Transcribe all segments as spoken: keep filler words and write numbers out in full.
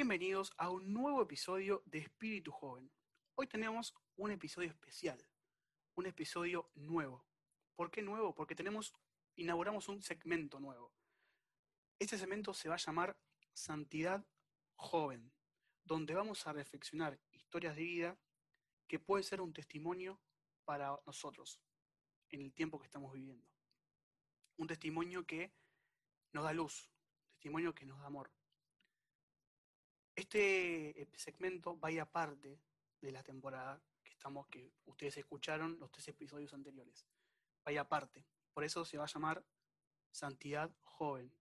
Bienvenidos a un nuevo episodio de Espíritu Joven. Hoy tenemos un episodio especial, un episodio nuevo. ¿Por qué nuevo? Porque tenemos, inauguramos un segmento nuevo. Este segmento se va a llamar Santidad Joven, donde vamos a reflexionar historias de vida que puede ser un testimonio para nosotros en el tiempo que estamos viviendo. Un testimonio que nos da luz, un testimonio que nos da amor. Este segmento va a ir aparte de la temporada que estamos, que ustedes escucharon los tres episodios anteriores. Va a ir aparte. Por eso se va a llamar Santidad Joven.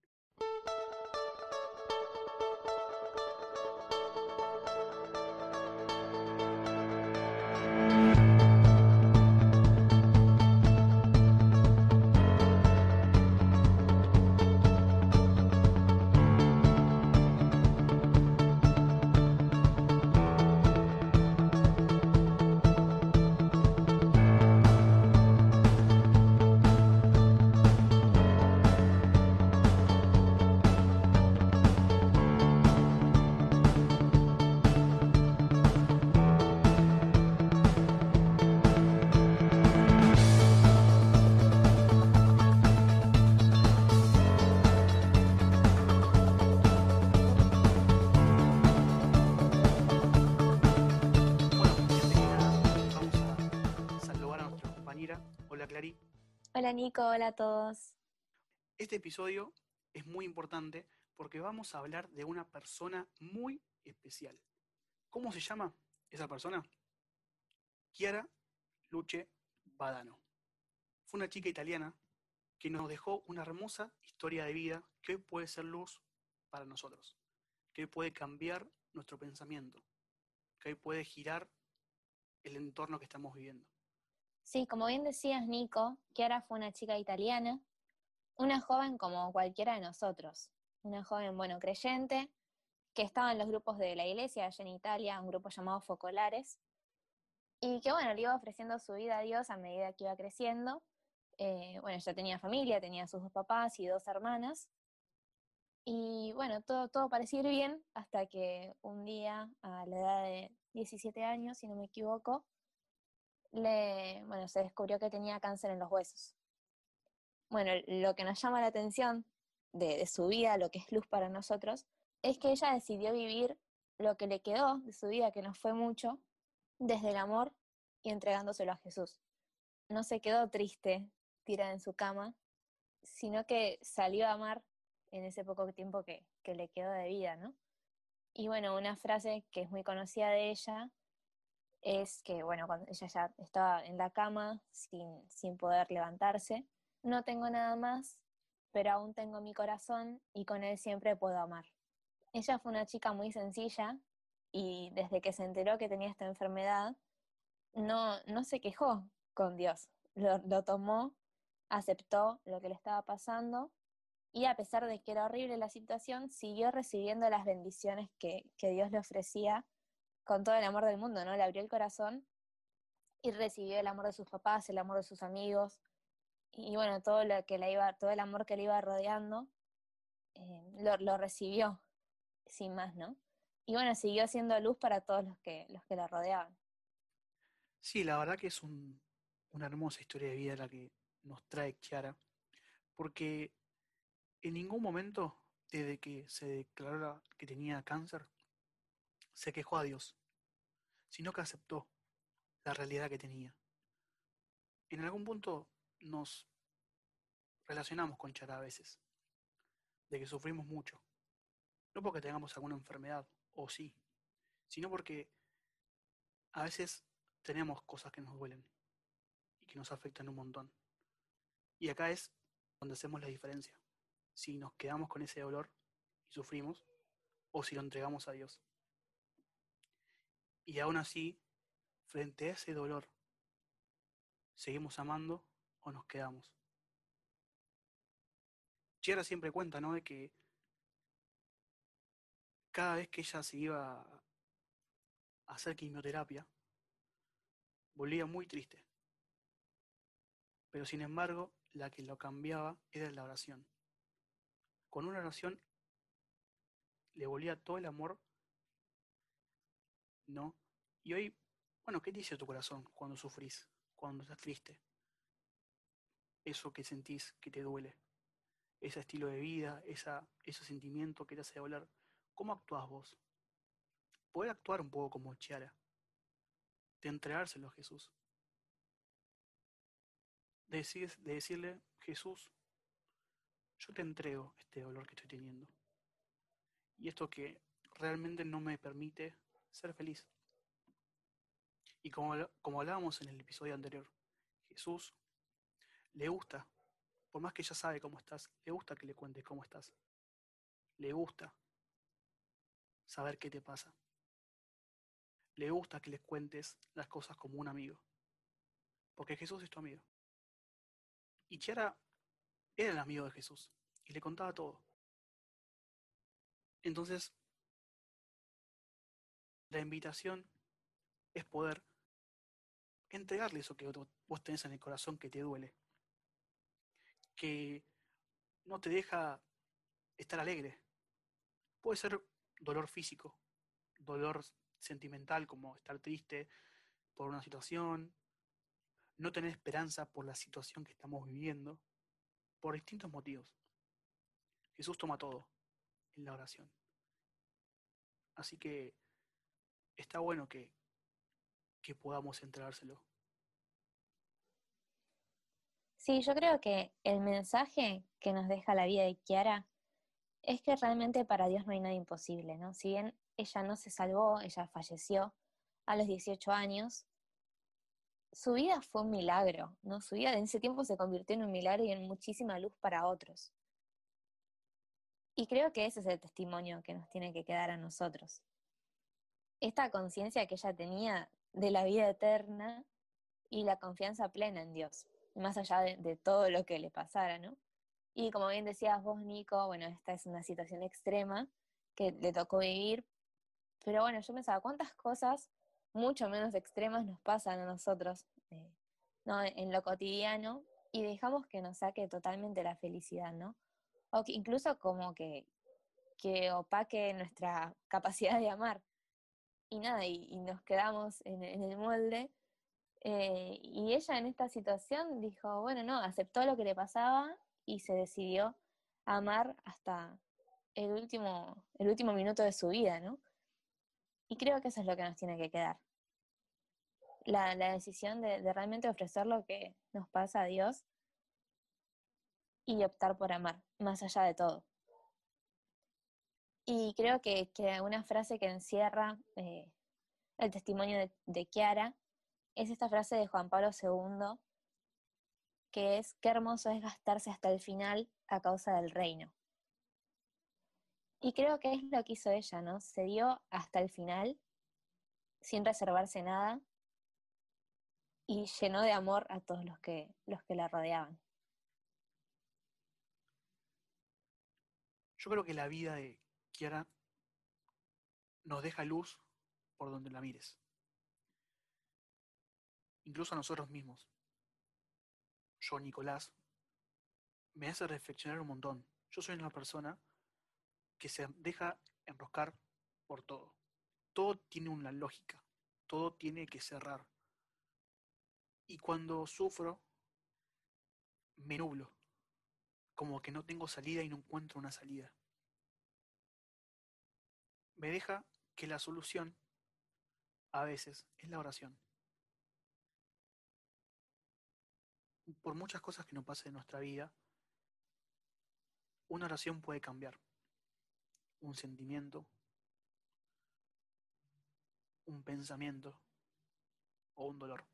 Hola Clary. Hola Nico, hola a todos. Este episodio es muy importante porque vamos a hablar de una persona muy especial. ¿Cómo se llama esa persona? Chiara Luce Badano. Fue una chica italiana que nos dejó una hermosa historia de vida que hoy puede ser luz para nosotros, que hoy puede cambiar nuestro pensamiento, que hoy puede girar el entorno que estamos viviendo. Sí, como bien decías Nico, Chiara fue una chica italiana, una joven como cualquiera de nosotros, una joven, bueno, creyente, que estaba en los grupos de la iglesia allá en Italia, un grupo llamado Focolares, y que bueno, le iba ofreciendo su vida a Dios a medida que iba creciendo. Eh, bueno, ya tenía familia, tenía sus dos papás y dos hermanas, y bueno, todo, todo parecía ir bien hasta que un día, a la edad de diecisiete años, si no me equivoco, Le, bueno, se descubrió que tenía cáncer en los huesos. Bueno, lo que nos llama la atención de, de su vida, lo que es luz para nosotros, es que ella decidió vivir lo que le quedó de su vida, que no fue mucho, desde el amor y entregándoselo a Jesús. No se quedó triste, tirada en su cama, sino que salió a amar en ese poco tiempo que, que le quedó de vida, ¿no? Y bueno, una frase que es muy conocida de ella es que, bueno, cuando ella ya estaba en la cama sin, sin poder levantarse, no tengo nada más, pero aún tengo mi corazón y con él siempre puedo amar. Ella fue una chica muy sencilla y desde que se enteró que tenía esta enfermedad, no, no se quejó con Dios, lo, lo tomó, aceptó lo que le estaba pasando y a pesar de que era horrible la situación, siguió recibiendo las bendiciones que, que Dios le ofrecía con todo el amor del mundo, ¿no? Le abrió el corazón y recibió el amor de sus papás, el amor de sus amigos, y bueno, todo lo que la iba, todo el amor que le iba rodeando, eh, lo, lo recibió, sin más, ¿no? Y bueno, siguió siendo luz para todos los que, los que la rodeaban. Sí, la verdad que es un, una hermosa historia de vida la que nos trae Chiara, porque en ningún momento, desde que se declaró que tenía cáncer, se quejó a Dios, sino que aceptó la realidad que tenía. En algún punto nos relacionamos con Chiara a veces, de que sufrimos mucho, no porque tengamos alguna enfermedad, o sí, sino porque a veces tenemos cosas que nos duelen y que nos afectan un montón. Y acá es donde hacemos la diferencia, si nos quedamos con ese dolor y sufrimos, o si lo entregamos a Dios. Y aún así, frente a ese dolor, ¿seguimos amando o nos quedamos? Chiara siempre cuenta, ¿no?, de que cada vez que ella se iba a hacer quimioterapia, volvía muy triste. Pero sin embargo, la que lo cambiaba era la oración. Con una oración le volvía todo el amor ¿no? Y hoy, bueno, ¿qué dice tu corazón cuando sufrís, cuando estás triste? Eso que sentís que te duele, ese estilo de vida, esa, ese sentimiento que te hace doler. ¿Cómo actúas vos? Poder actuar un poco como Chiara, de entregárselo a Jesús, de, decir, de decirle, Jesús, yo te entrego este dolor que estoy teniendo y esto que realmente no me permite ser feliz. Y como, como hablábamos en el episodio anterior, Jesús le gusta, por más que ya sabe cómo estás, le gusta que le cuentes cómo estás, le gusta saber qué te pasa, le gusta que le cuentes las cosas como un amigo, porque Jesús es tu amigo. Y Chiara era el amigo de Jesús y le contaba todo. Entonces, la invitación es poder entregarle eso que vos tenés en el corazón que te duele, que no te deja estar alegre. Puede ser dolor físico, dolor sentimental como estar triste por una situación, no tener esperanza por la situación que estamos viviendo, por distintos motivos. Jesús toma todo en la oración. Así que está bueno que, que podamos entregárselo. Sí, yo creo que el mensaje que nos deja la vida de Kiara es que realmente para Dios no hay nada imposible, ¿no? Si bien ella no se salvó, ella falleció a los dieciocho años, su vida fue un milagro, ¿no? Su vida en ese tiempo se convirtió en un milagro y en muchísima luz para otros. Y creo que ese es el testimonio que nos tiene que quedar a nosotros. Esta conciencia que ella tenía de la vida eterna y la confianza plena en Dios, más allá de, de todo lo que le pasara, ¿no? Y como bien decías vos, Nico, bueno, esta es una situación extrema que le tocó vivir, pero bueno, yo pensaba, ¿cuántas cosas mucho menos extremas nos pasan a nosotros, eh, ¿no? En lo cotidiano, y dejamos que nos saque totalmente la felicidad, ¿no? O que incluso como que, que opaque nuestra capacidad de amar. Y nada, y, y nos quedamos en, en el molde. Eh, y ella en esta situación dijo, bueno, no, aceptó lo que le pasaba y se decidió a amar hasta el último, el último minuto de su vida, ¿no? Y creo que eso es lo que nos tiene que quedar. La, la decisión de, de realmente ofrecer lo que nos pasa a Dios y optar por amar, más allá de todo. Y creo que, que una frase que encierra eh, el testimonio de, de Kiara es esta frase de Juan Pablo segundo, que es, qué hermoso es gastarse hasta el final a causa del reino. Y creo que es lo que hizo ella, ¿no? Se dio hasta el final, sin reservarse nada, y llenó de amor a todos los que, los que la rodeaban. Yo creo que la vida de Kiara nos deja luz por donde la mires, incluso a nosotros mismos. Yo, Nicolás, me hace reflexionar un montón. Yo soy una persona que se deja enroscar por todo. Todo tiene una lógica, todo tiene que cerrar. Y cuando sufro, me nublo, como que no tengo salida y no encuentro una salida. Me deja que la solución, a veces, es la oración. Por muchas cosas que nos pasen en nuestra vida, una oración puede cambiar un sentimiento, un pensamiento o un dolor.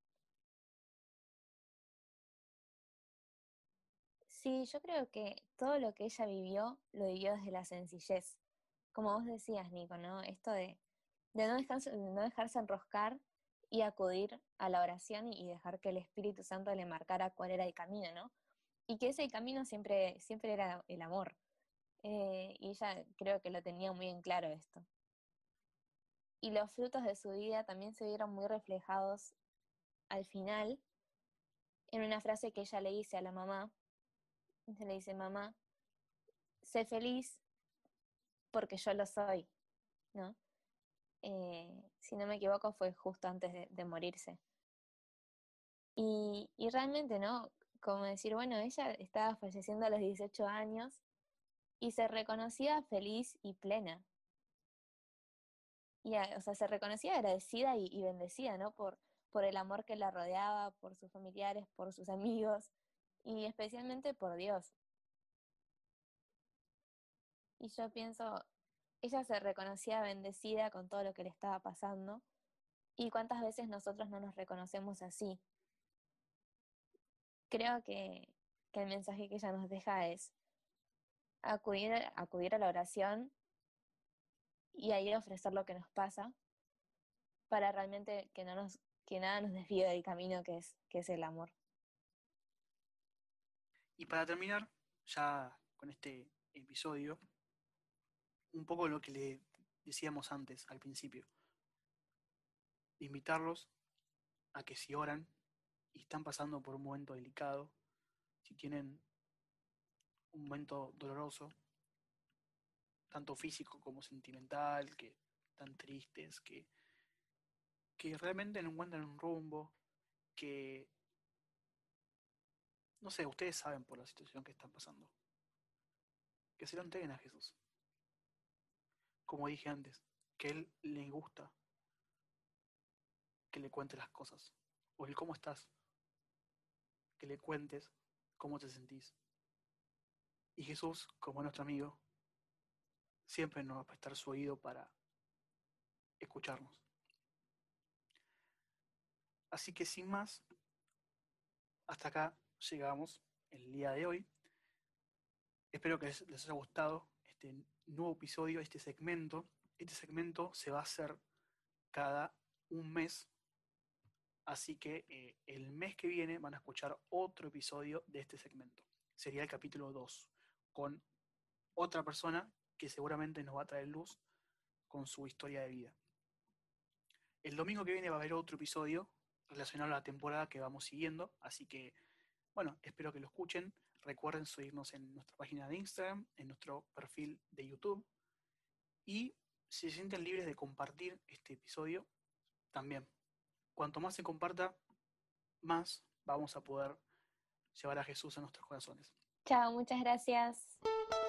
Sí, yo creo que todo lo que ella vivió, lo vivió desde la sencillez. Como vos decías, Nico, ¿no? Esto de, de no, dejarse, de no dejarse enroscar y acudir a la oración y dejar que el Espíritu Santo le marcara cuál era el camino, ¿no? Y que ese camino siempre, siempre era el amor. Eh, y ella creo que lo tenía muy en claro esto. Y los frutos de su vida también se vieron muy reflejados al final en una frase que ella le dice a la mamá. Se le dice, mamá, sé feliz porque yo lo soy, ¿no? eh, si no me equivoco, fue justo antes de, de morirse. Y, y realmente, ¿no? Como decir, bueno, ella estaba falleciendo a los dieciocho años y se reconocía feliz y plena. Y, o sea, se reconocía agradecida y, y bendecida, ¿no? Por, por el amor que la rodeaba, por sus familiares, por sus amigos y especialmente por Dios. Y yo pienso, ella se reconocía bendecida con todo lo que le estaba pasando. ¿Y cuántas veces nosotros no nos reconocemos así? Creo que, que el mensaje que ella nos deja es acudir, acudir a la oración y ahí ofrecer lo que nos pasa para realmente que, no nos, que nada nos desvíe del camino que es, que es el amor. Y para terminar, ya con este episodio, un poco lo que le decíamos antes, al principio, invitarlos a que si oran y están pasando por un momento delicado, si tienen un momento doloroso, tanto físico como sentimental, que están tristes, que, que realmente no encuentran un rumbo, que, no sé, ustedes saben por la situación que están pasando, que se lo entreguen a Jesús. Como dije antes, que a Él le gusta que le cuentes las cosas, o el cómo estás, que le cuentes cómo te sentís. Y Jesús, como nuestro amigo, siempre nos va a prestar su oído para escucharnos. Así que sin más, hasta acá llegamos el día de hoy. Espero que les, les haya gustado este nuevo episodio, este segmento. Este segmento se va a hacer cada un mes, así que eh, el mes que viene van a escuchar otro episodio de este segmento. Sería el capítulo dos, con otra persona que seguramente nos va a traer luz con su historia de vida. El domingo que viene va a haber otro episodio relacionado a la temporada que vamos siguiendo, así que, bueno, espero que lo escuchen. Recuerden seguirnos en nuestra página de Instagram, en nuestro perfil de YouTube, y si se sienten libres de compartir este episodio, también. Cuanto más se comparta, más vamos a poder llevar a Jesús a nuestros corazones. Chao, muchas gracias.